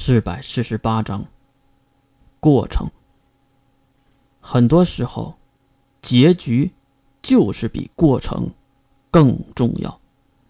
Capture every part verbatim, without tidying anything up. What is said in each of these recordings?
四百四十八章过程。很多时候，结局就是比过程更重要。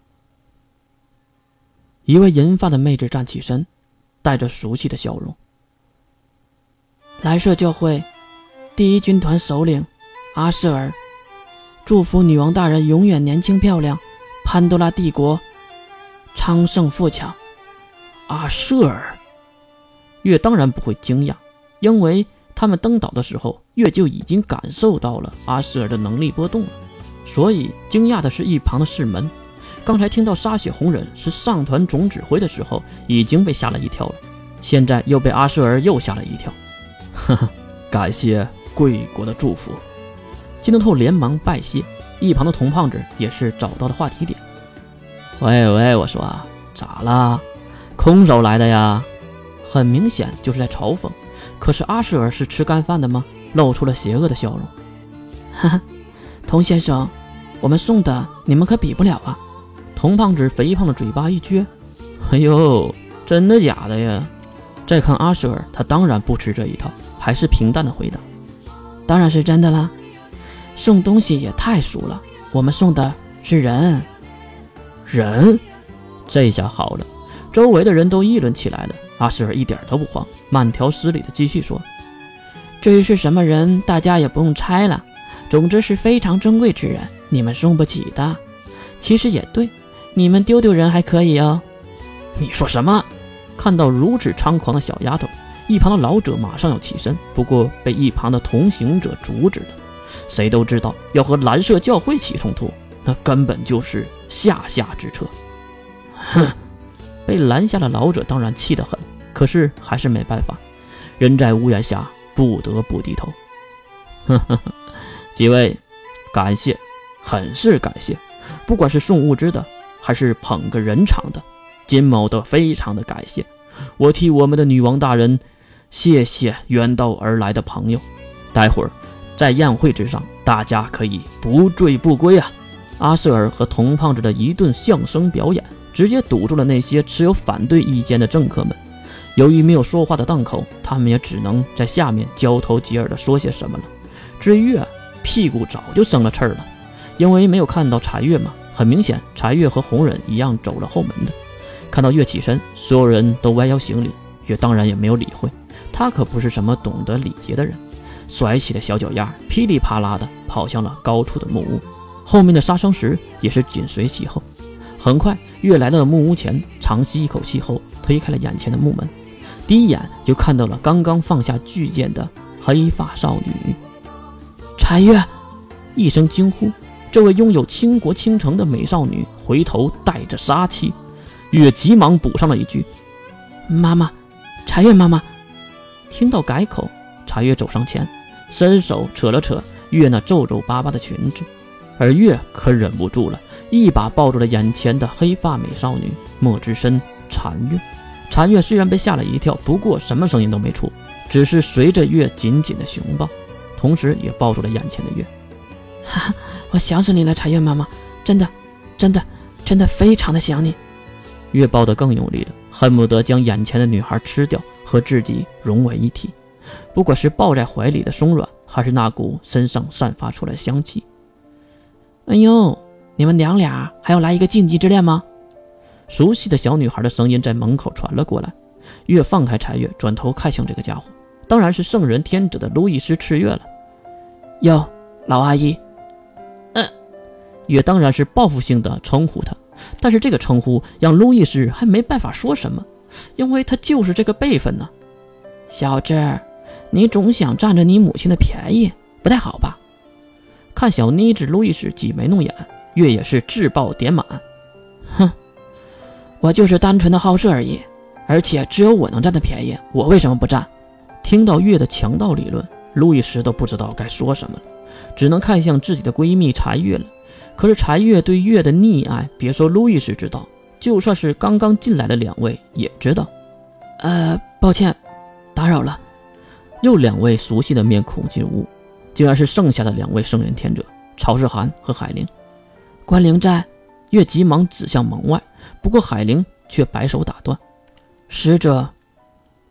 一位银发的妹子站起身，带着熟悉的笑容。蓝色教会第一军团首领阿舍尔，祝福女王大人永远年轻漂亮，潘多拉帝国昌盛富强。阿舍尔，月当然不会惊讶，因为他们登岛的时候，月就已经感受到了阿舍尔的能力波动了。所以惊讶的是一旁的世门，刚才听到沙血红人是上团总指挥的时候，已经被吓了一跳了，现在又被阿舍尔又吓了一跳。呵呵，感谢贵国的祝福。金头透连忙拜谢，一旁的童胖子也是找到了话题点。喂喂，我说咋啦？空手来的呀？很明显就是在嘲讽。可是阿舍尔是吃干饭的吗？露出了邪恶的笑容。哈哈，童先生，我们送的你们可比不了啊。童胖子肥胖的嘴巴一撅。哎呦，真的假的呀？再看阿舍尔，他当然不吃这一套，还是平淡的回答：当然是真的啦，送东西也太俗了，我们送的是人。人？这下好了，周围的人都议论起来了。阿舍尔一点都不慌，慢条斯理的继续说：至于是什么人，大家也不用猜了，总之是非常珍贵之人，你们送不起的。其实也对，你们丢丢人还可以哦。你说什么？看到如此猖狂的小丫头，一旁的老者马上要起身，不过被一旁的同行者阻止了。谁都知道要和蓝色教会起冲突，那根本就是下下之策。哼！被拦下的老者当然气得很，可是还是没办法，人在屋檐下，不得不低头。呵呵呵，几位，感谢，很是感谢，不管是送物资的，还是捧个人场的，金某都非常的感谢。我替我们的女王大人谢谢远道而来的朋友，待会儿在宴会之上，大家可以不醉不归啊！阿舍尔和童胖子的一顿相声表演，直接堵住了那些持有反对意见的政客们。由于没有说话的档口，他们也只能在下面交头接耳地说些什么了。至于月，屁股早就生了刺儿了，因为没有看到柴月嘛，很明显柴月和红人一样走了后门的。看到月起身，所有人都弯腰行礼，月当然也没有理会，他可不是什么懂得礼节的人，甩起了小脚丫，噼里啪啦的跑向了高处的木屋，后面的杀生石也是紧随其后。很快，月来到了木屋前，长吸一口气后，推开了眼前的木门，第一眼就看到了刚刚放下巨剑的黑发少女。柴月！一声惊呼，这位拥有倾国倾城的美少女回头带着杀气。月急忙补上了一句：妈妈，柴月妈妈。听到改口，柴月走上前，伸手扯了扯月那皱皱巴巴的裙子，而月可忍不住了，一把抱住了眼前的黑发美少女莫之深禅月。禅月虽然被吓了一跳，不过什么声音都没出，只是随着月紧紧的熊抱，同时也抱住了眼前的月。哈哈，我想死你了，禅月妈妈，真的真的真的非常的想你。月抱得更用力了，恨不得将眼前的女孩吃掉，和自己融为一体。不管是抱在怀里的松软，还是那股身上散发出来的香气。哎呦，你们娘俩还要来一个禁忌之恋吗？熟悉的小女孩的声音在门口传了过来。月放开柴月，转头看向这个家伙，当然是圣人天子的路易斯赤月了。哟，老阿姨。嗯，月当然是报复性的称呼他，但是这个称呼让路易斯还没办法说什么，因为他就是这个辈分呢。小智，你总想占着你母亲的便宜，不太好吧？看小妮子路易斯挤眉弄眼，月也是自报点满。哼，我就是单纯的好事而已，而且只有我能占的便宜，我为什么不占？听到月的强盗理论，路易斯都不知道该说什么了，只能看向自己的闺蜜柴月了。可是柴月对月的溺爱，别说路易斯知道，就算是刚刚进来的两位也知道。呃，抱歉，打扰了。又两位熟悉的面孔进屋，竟然是剩下的两位圣人天者，曹世涵和海灵。关灵在。月急忙指向门外，不过海灵却摆手打断：使者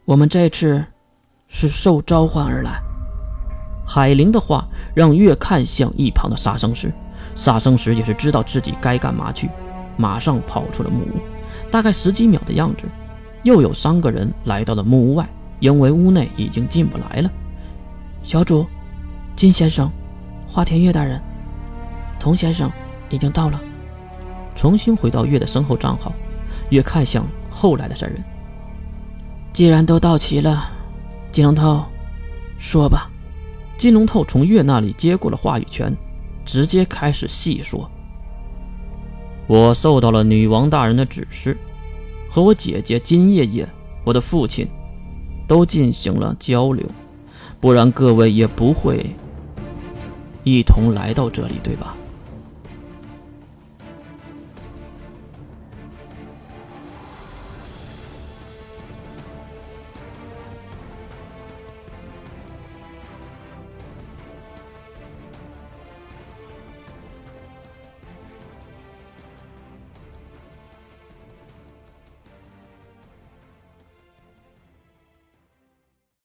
我们这次是受召唤而来。海灵的话让月看向一旁的杀生石，杀生石也是知道自己该干嘛去，马上跑出了木屋。大概十几秒的样子，又有三个人来到了木屋外，因为屋内已经进不来了。小主、金先生、花田月大人、童先生已经到了。重新回到月的身后站好，月看向后来的三人。既然都到齐了，金龙头，说吧。金龙头从月那里接过了话语权，直接开始细说。我受到了女王大人的指示，和我姐姐金叶叶、我的父亲都进行了交流，不然各位也不会一同来到这里，对吧？